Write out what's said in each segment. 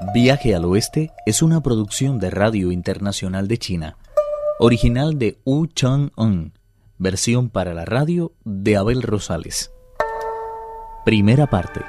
Viaje al Oeste es una producción de Radio Internacional de China, original de Wu Chang-un, versión para la radio de Abel Rosales. Primera parte.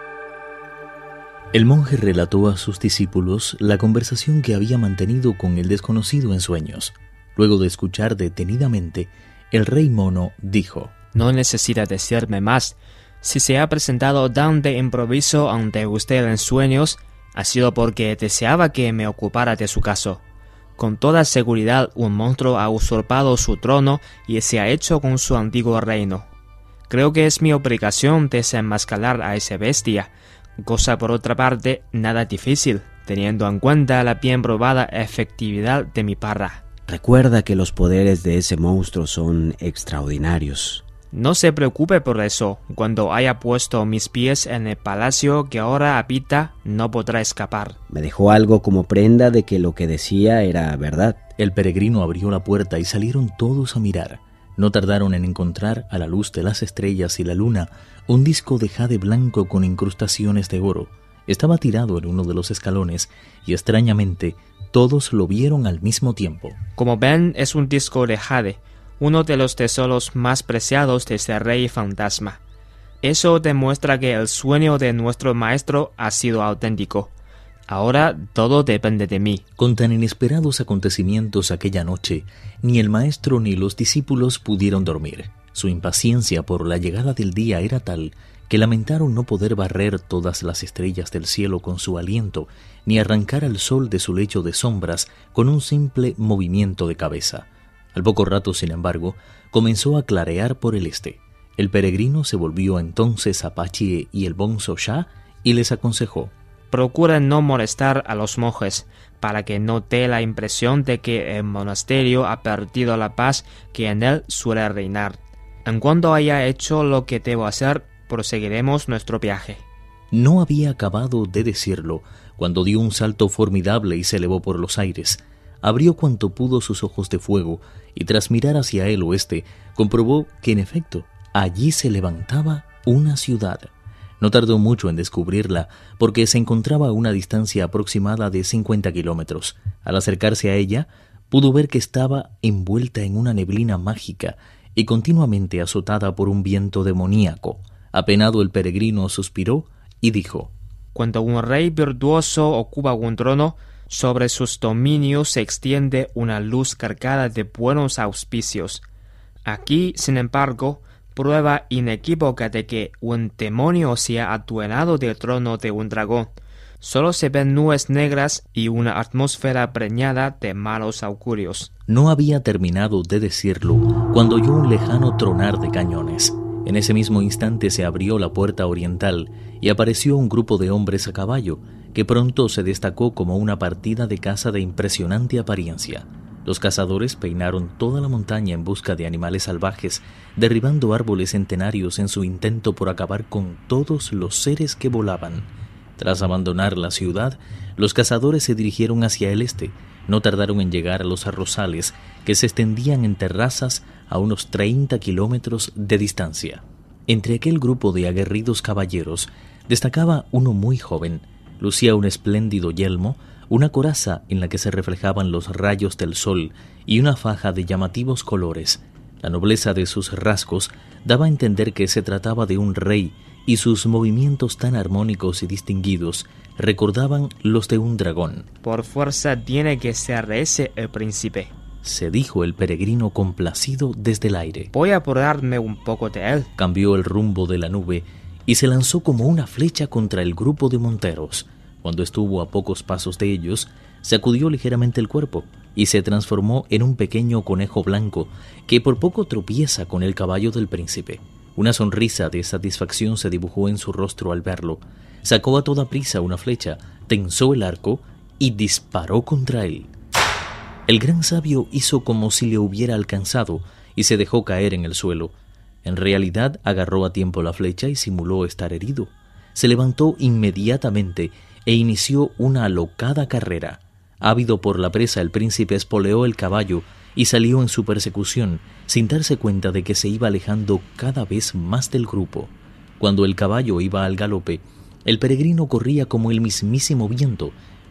El monje relató a sus discípulos la conversación que había mantenido con el desconocido en sueños. Luego de escuchar detenidamente, el rey mono dijo: No necesita decirme más. Si se ha presentado tan de improviso ante usted en sueños, ha sido porque deseaba que me ocupara de su caso. Con toda seguridad, un monstruo ha usurpado su trono y se ha hecho con su antiguo reino. Creo que es mi obligación desenmascarar a esa bestia, cosa por otra parte nada difícil, teniendo en cuenta la bien probada efectividad de mi parra. Recuerda que los poderes de ese monstruo son extraordinarios. No se preocupe por eso. Cuando haya puesto mis pies en el palacio que ahora habita, no podrá escapar. Me dejó algo como prenda de que lo que decía era verdad. El peregrino abrió la puerta y salieron todos a mirar. No tardaron en encontrar, a la luz de las estrellas y la luna, un disco de jade blanco con incrustaciones de oro. Estaba tirado en uno de los escalones y, extrañamente, todos lo vieron al mismo tiempo. Como ven, es un disco de jade, uno de los tesoros más preciados de ese rey fantasma. Eso demuestra que el sueño de nuestro maestro ha sido auténtico. Ahora todo depende de mí. Con tan inesperados acontecimientos aquella noche, ni el maestro ni los discípulos pudieron dormir. Su impaciencia por la llegada del día era tal que lamentaron no poder barrer todas las estrellas del cielo con su aliento, ni arrancar al sol de su lecho de sombras con un simple movimiento de cabeza. Al poco rato, sin embargo, comenzó a clarear por el este. El peregrino se volvió entonces a Pachie y el Bonzo Sha y les aconsejó: Procuren no molestar a los monjes, para que no dé la impresión de que el monasterio ha perdido la paz que en él suele reinar. En cuanto haya hecho lo que debo hacer, proseguiremos nuestro viaje. No había acabado de decirlo cuando dio un salto formidable y se elevó por los aires. Abrió cuanto pudo sus ojos de fuego y, tras mirar hacia el oeste, comprobó que, en efecto, allí se levantaba una ciudad. No tardó mucho en descubrirla, porque se encontraba a una distancia aproximada de 50 kilómetros. Al acercarse a ella, pudo ver que estaba envuelta en una neblina mágica y continuamente azotada por un viento demoníaco. Apenado, el peregrino suspiró y dijo: Cuando un rey virtuoso ocupa un trono, sobre sus dominios se extiende una luz cargada de buenos auspicios. Aquí, sin embargo, prueba inequívoca de que un demonio se ha adueñado del trono de un dragón. Solo se ven nubes negras y una atmósfera preñada de malos augurios. No había terminado de decirlo cuando oyó un lejano tronar de cañones. En ese mismo instante se abrió la puerta oriental y apareció un grupo de hombres a caballo, que pronto se destacó como una partida de caza de impresionante apariencia. Los cazadores peinaron toda la montaña en busca de animales salvajes, derribando árboles centenarios en su intento por acabar con todos los seres que volaban. Tras abandonar la ciudad, los cazadores se dirigieron hacia el este. No tardaron en llegar a los arrozales, que se extendían en terrazas a unos 30 kilómetros de distancia. Entre aquel grupo de aguerridos caballeros destacaba uno muy joven. Lucía un espléndido yelmo, una coraza en la que se reflejaban los rayos del sol y una faja de llamativos colores. La nobleza de sus rasgos daba a entender que se trataba de un rey, y sus movimientos tan armónicos y distinguidos recordaban los de un dragón. Por fuerza tiene que ser ese el príncipe, se dijo el peregrino complacido desde el aire. Voy a apoderarme un poco de él. Cambió el rumbo de la nube y se lanzó como una flecha contra el grupo de monteros. Cuando estuvo a pocos pasos de ellos, sacudió ligeramente el cuerpo y se transformó en un pequeño conejo blanco que por poco tropieza con el caballo del príncipe. Una sonrisa de satisfacción se dibujó en su rostro al verlo. Sacó a toda prisa una flecha, tensó el arco y disparó contra él. El gran sabio hizo como si le hubiera alcanzado y se dejó caer en el suelo. En realidad agarró a tiempo la flecha y simuló estar herido. Se levantó inmediatamente e inició una alocada carrera. Ávido por la presa, el príncipe espoleó el caballo y salió en su persecución, sin darse cuenta de que se iba alejando cada vez más del grupo. Cuando el caballo iba al galope, el peregrino corría como el mismísimo viento,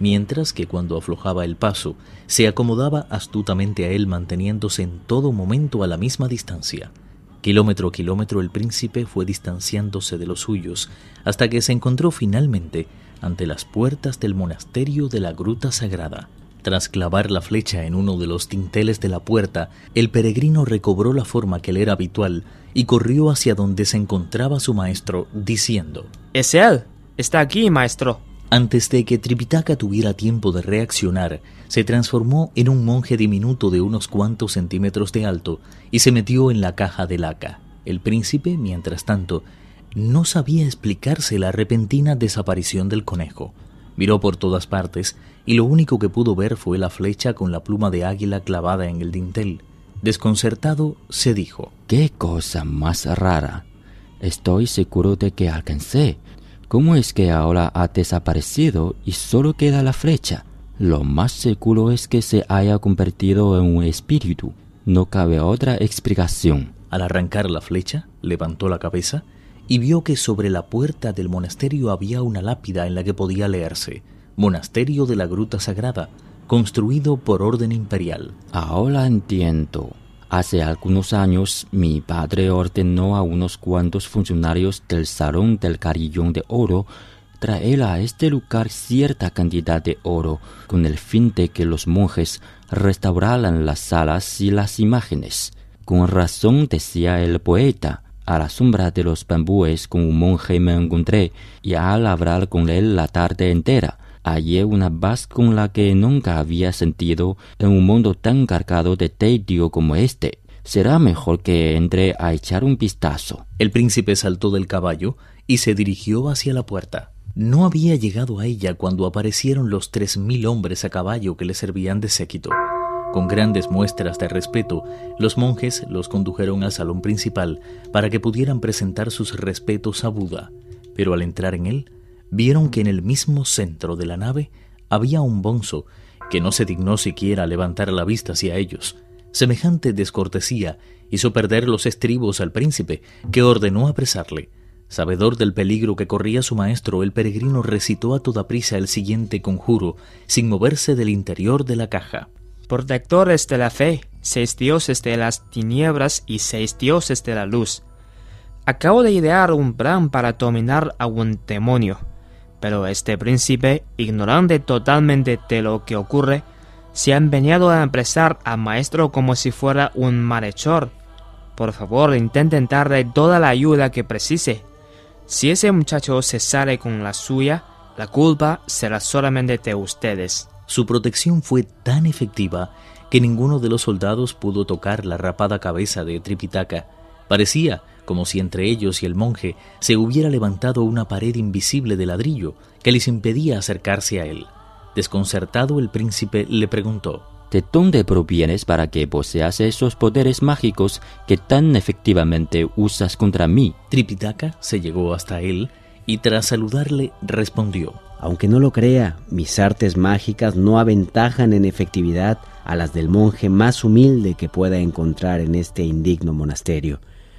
mientras que cuando aflojaba el paso, se acomodaba astutamente a él, manteniéndose en todo momento a la misma distancia. Kilómetro a kilómetro el príncipe fue distanciándose de los suyos, hasta que se encontró finalmente ante las puertas del monasterio de la Gruta Sagrada. Tras clavar la flecha en uno de los dinteles de la puerta, el peregrino recobró la forma que le era habitual y corrió hacia donde se encontraba su maestro, diciendo: «Es él. Está aquí, maestro». Antes de que Tripitaka tuviera tiempo de reaccionar, se transformó en un monje diminuto de unos cuantos centímetros de alto y se metió en la caja de laca. El príncipe, mientras tanto, no sabía explicarse la repentina desaparición del conejo. Miró por todas partes y lo único que pudo ver fue la flecha con la pluma de águila clavada en el dintel. Desconcertado, se dijo: ¡Qué cosa más rara! Estoy seguro de que alcancé. ¿Cómo es que ahora ha desaparecido y solo queda la flecha? Lo más seguro es que se haya convertido en un espíritu. No cabe otra explicación. Al arrancar la flecha, levantó la cabeza y vio que sobre la puerta del monasterio había una lápida en la que podía leerse: Monasterio de la Gruta Sagrada, construido por orden imperial. Ahora entiendo. Hace algunos años mi padre ordenó a unos cuantos funcionarios del Salón del Carillón de Oro traer a este lugar cierta cantidad de oro, con el fin de que los monjes restauraran las salas y las imágenes. Con razón decía el poeta: a la sombra de los bambúes con un monje me encontré, y al hablar con él la tarde entera, hallé una paz con la que nunca había sentido en un mundo tan cargado de tedio como este. Será mejor que entre a echar un vistazo. El príncipe saltó del caballo y se dirigió hacia la puerta. No había llegado a ella cuando aparecieron los 3000 hombres a caballo que le servían de séquito. Con grandes muestras de respeto, los monjes los condujeron al salón principal para que pudieran presentar sus respetos a Buda. Pero al entrar en él, vieron que en el mismo centro de la nave había un bonzo que no se dignó siquiera levantar la vista hacia ellos. Semejante descortesía hizo perder los estribos al príncipe, que ordenó apresarle. Sabedor del peligro que corría su maestro, el peregrino recitó a toda prisa el siguiente conjuro, sin moverse del interior de la caja: Protectores de la fe, 6 dioses de las tinieblas y 6 dioses de la luz. Acabo de idear un plan para dominar a un demonio, pero este príncipe, ignorante totalmente de lo que ocurre, se ha empeñado a apresar al maestro como si fuera un malhechor. Por favor, intenten darle toda la ayuda que precise. Si ese muchacho se sale con la suya, la culpa será solamente de ustedes. Su protección fue tan efectiva que ninguno de los soldados pudo tocar la rapada cabeza de Tripitaka. Parecía como si entre ellos y el monje se hubiera levantado una pared invisible de ladrillo que les impedía acercarse a él. Desconcertado, el príncipe le preguntó: ¿De dónde provienes para que poseas esos poderes mágicos que tan efectivamente usas contra mí? Tripitaka se llegó hasta él y tras saludarle respondió: Aunque no lo crea, mis artes mágicas no aventajan en efectividad a las del monje más humilde que pueda encontrar en este indigno monasterio.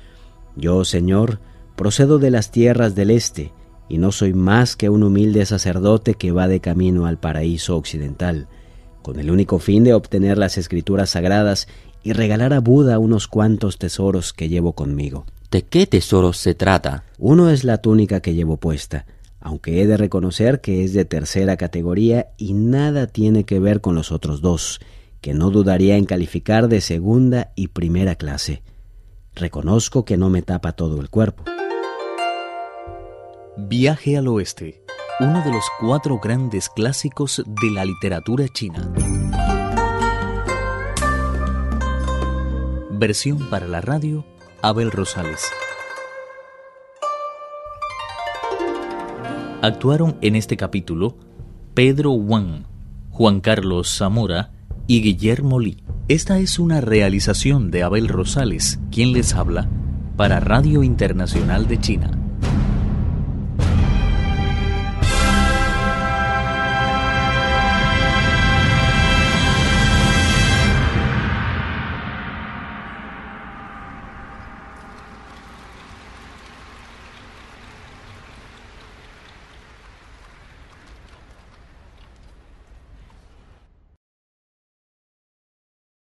Yo, señor, procedo de las tierras del este, y no soy más que un humilde sacerdote que va de camino al paraíso occidental, con el único fin de obtener las escrituras sagradas y regalar a Buda unos cuantos tesoros que llevo conmigo. ¿De qué tesoros se trata? Uno es la túnica que llevo puesta, aunque he de reconocer que es de tercera categoría y nada tiene que ver con los otros 2, que no dudaría en calificar de segunda y primera clase. Reconozco que no me tapa todo el cuerpo. Viaje al oeste, uno de los 4 grandes clásicos de la literatura china. Versión para la radio, Abel Rosales. Actuaron en este capítulo Pedro Wang, Juan Carlos Zamora y Guillermo Li. Esta es una realización de Abel Rosales, quien les habla, para Radio Internacional de China.